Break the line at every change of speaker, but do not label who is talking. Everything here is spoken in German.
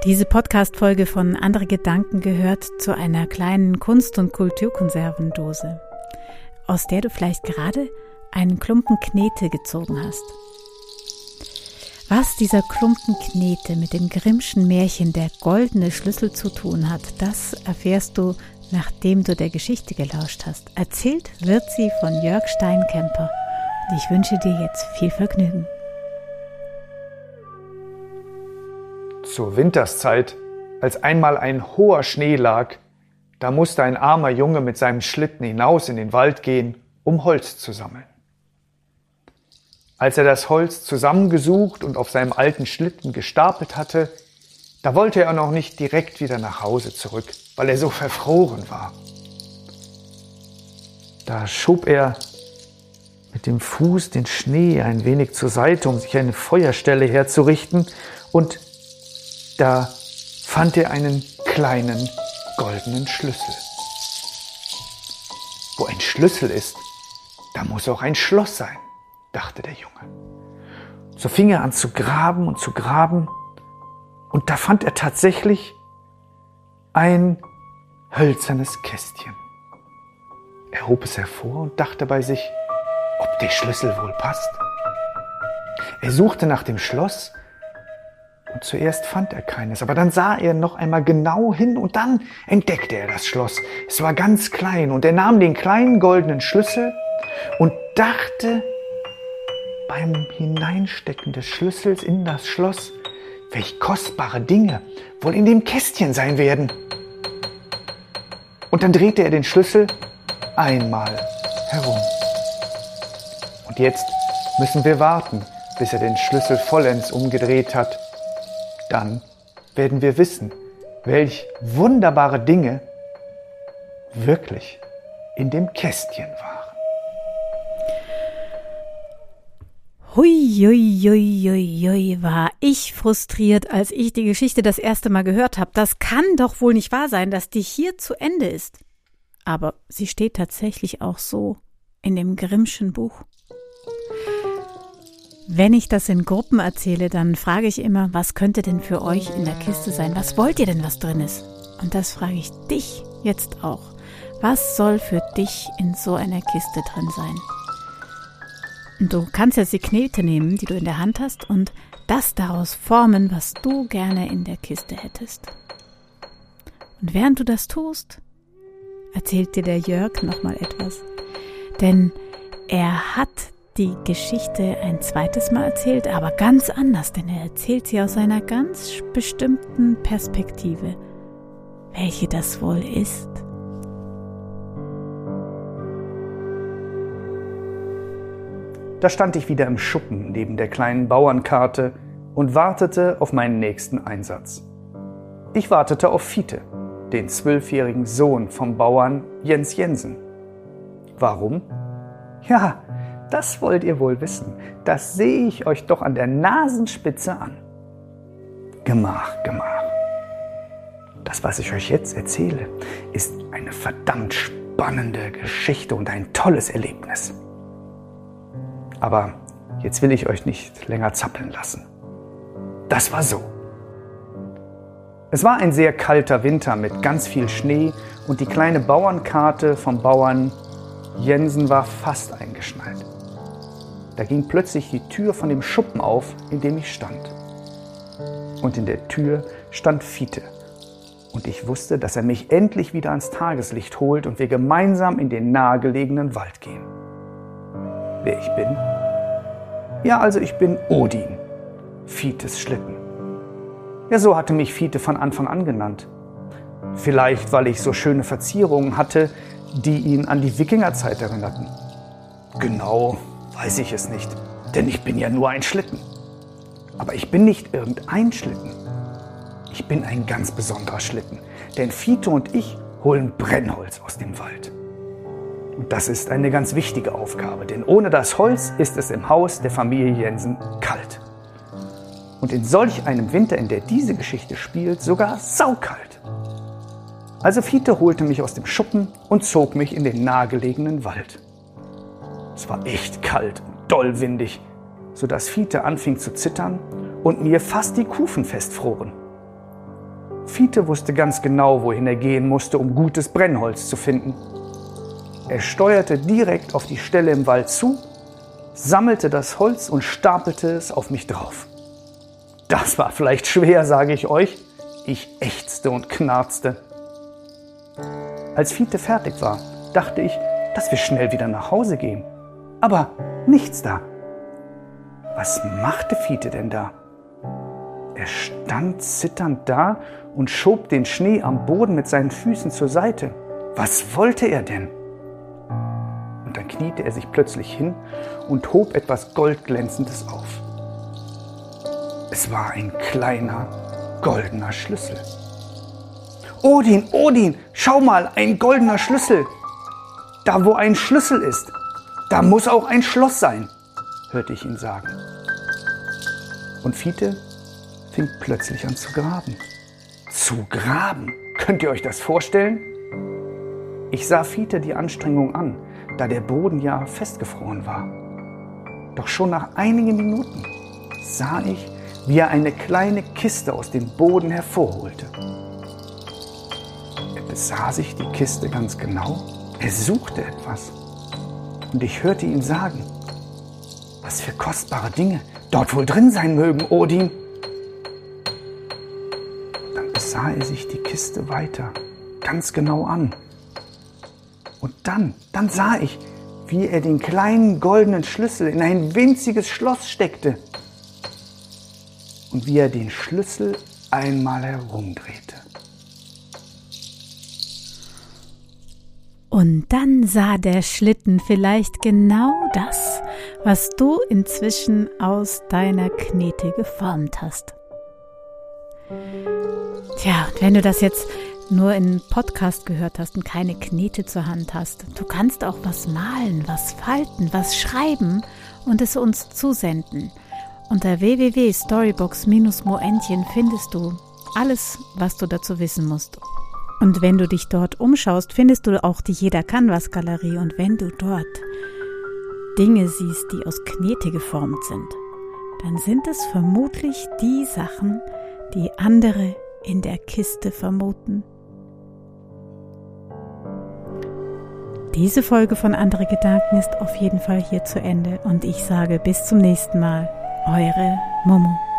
Diese Podcast-Folge von Andere Gedanken gehört zu einer kleinen Kunst- und Kulturkonservendose, aus der du vielleicht gerade einen Klumpen Knete gezogen hast. Was dieser Klumpen Knete mit dem Grimmschen Märchen Der goldene Schlüssel zu tun hat, das erfährst du, nachdem du der Geschichte gelauscht hast. Erzählt wird sie von Jörg Steinkemper und ich wünsche dir jetzt viel Vergnügen.
Zur Winterszeit, als einmal ein hoher Schnee lag, da musste ein armer Junge mit seinem Schlitten hinaus in den Wald gehen, um Holz zu sammeln. Als er das Holz zusammengesucht und auf seinem alten Schlitten gestapelt hatte, da wollte er noch nicht direkt wieder nach Hause zurück, weil er so verfroren war. Da schob er mit dem Fuß den Schnee ein wenig zur Seite, um sich eine Feuerstelle herzurichten, und da fand er einen kleinen goldenen Schlüssel. Wo ein Schlüssel ist, da muss auch ein Schloss sein, dachte der Junge. So fing er an zu graben und da fand er tatsächlich ein hölzernes Kästchen. Er hob es hervor und dachte bei sich, ob der Schlüssel wohl passt. Er suchte nach dem Schloss und zuerst fand er keines, aber dann sah er noch einmal genau hin und dann entdeckte er das Schloss. Es war ganz klein und er nahm den kleinen goldenen Schlüssel und dachte beim Hineinstecken des Schlüssels in das Schloss, welch kostbare Dinge wohl in dem Kästchen sein werden. Und dann drehte er den Schlüssel einmal herum. Und jetzt müssen wir warten, bis er den Schlüssel vollends umgedreht hat. Dann werden wir wissen, welch wunderbare Dinge wirklich in dem Kästchen waren.
Hui, war ich frustriert, als ich die Geschichte das erste Mal gehört habe. Das kann doch wohl nicht wahr sein, dass die hier zu Ende ist. Aber sie steht tatsächlich auch so in dem Grimmschen Buch. Wenn ich das in Gruppen erzähle, dann frage ich immer, was könnte denn für euch in der Kiste sein? Was wollt ihr denn, was drin ist? Und das frage ich dich jetzt auch. Was soll für dich in so einer Kiste drin sein? Und du kannst jetzt die Knete nehmen, die du in der Hand hast, und das daraus formen, was du gerne in der Kiste hättest. Und während du das tust, erzählt dir der Jörg nochmal etwas. Denn er hat die Geschichte ein zweites Mal erzählt, aber ganz anders, denn er erzählt sie aus einer ganz bestimmten Perspektive. Welche das wohl ist?
Da stand ich wieder im Schuppen neben der kleinen Bauernkarte und wartete auf meinen nächsten Einsatz. Ich wartete auf Fiete, den 12-jährigen Sohn vom Bauern Jens Jensen. Warum? Ja, das wollt ihr wohl wissen. Das sehe ich euch doch an der Nasenspitze an. Gemach. Das, was ich euch jetzt erzähle, ist eine verdammt spannende Geschichte und ein tolles Erlebnis. Aber jetzt will ich euch nicht länger zappeln lassen. Das war so. Es war ein sehr kalter Winter mit ganz viel Schnee und die kleine Bauernkarte vom Bauern Jensen war fast eingeschneit. Da ging plötzlich die Tür von dem Schuppen auf, in dem ich stand. Und in der Tür stand Fiete. Und ich wusste, dass er mich endlich wieder ans Tageslicht holt und wir gemeinsam in den nahegelegenen Wald gehen. Wer ich bin? Ja, also ich bin Odin, Fietes Schlitten. Ja, so hatte mich Fiete von Anfang an genannt. Vielleicht, weil ich so schöne Verzierungen hatte, die ihn an die Wikingerzeit erinnerten. Genau weiß ich es nicht, denn ich bin ja nur ein Schlitten. Aber ich bin nicht irgendein Schlitten. Ich bin ein ganz besonderer Schlitten, denn Fiete und ich holen Brennholz aus dem Wald. Und das ist eine ganz wichtige Aufgabe, denn ohne das Holz ist es im Haus der Familie Jensen kalt. Und in solch einem Winter, in der diese Geschichte spielt, sogar saukalt. Also Fiete holte mich aus dem Schuppen und zog mich in den nahegelegenen Wald. Es war echt kalt und doll windig, sodass Fiete anfing zu zittern und mir fast die Kufen festfroren. Fiete wusste ganz genau, wohin er gehen musste, um gutes Brennholz zu finden. Er steuerte direkt auf die Stelle im Wald zu, sammelte das Holz und stapelte es auf mich drauf. Das war vielleicht schwer, sage ich euch. Ich ächzte und knarzte. Als Fiete fertig war, dachte ich, dass wir schnell wieder nach Hause gehen. Aber nichts da. Was machte Fiete denn da? Er stand zitternd da und schob den Schnee am Boden mit seinen Füßen zur Seite. Was wollte er denn? Und dann kniete er sich plötzlich hin und hob etwas Goldglänzendes auf. Es war ein kleiner, goldener Schlüssel. Odin, Odin, schau mal, ein goldener Schlüssel. Da, wo ein Schlüssel ist, da muss auch ein Schloss sein, hörte ich ihn sagen. Und Fiete fing plötzlich an zu graben. Zu graben? Könnt ihr euch das vorstellen? Ich sah Fiete die Anstrengung an, da der Boden ja festgefroren war. Doch schon nach einigen Minuten sah ich, wie er eine kleine Kiste aus dem Boden hervorholte. Er besah sich die Kiste ganz genau. Er suchte etwas. Und ich hörte ihn sagen, was für kostbare Dinge dort wohl drin sein mögen, Odin. Dann besah er sich die Kiste weiter, ganz genau an. Und dann sah ich, wie er den kleinen goldenen Schlüssel in ein winziges Schloss steckte und wie er den Schlüssel einmal herumdrehte.
Und dann sah der Schlitten vielleicht genau das, was du inzwischen aus deiner Knete geformt hast. Tja, und wenn du das jetzt nur in Podcast gehört hast und keine Knete zur Hand hast, du kannst auch was malen, was falten, was schreiben und es uns zusenden. Unter www.storybox-moentchen findest du alles, was du dazu wissen musst. Und wenn du dich dort umschaust, findest du auch die Jeder kann was Galerie. Und wenn du dort Dinge siehst, die aus Knete geformt sind, dann sind es vermutlich die Sachen, die andere in der Kiste vermuten. Diese Folge von Andere Gedanken ist auf jeden Fall hier zu Ende. Und ich sage bis zum nächsten Mal. Eure Momo.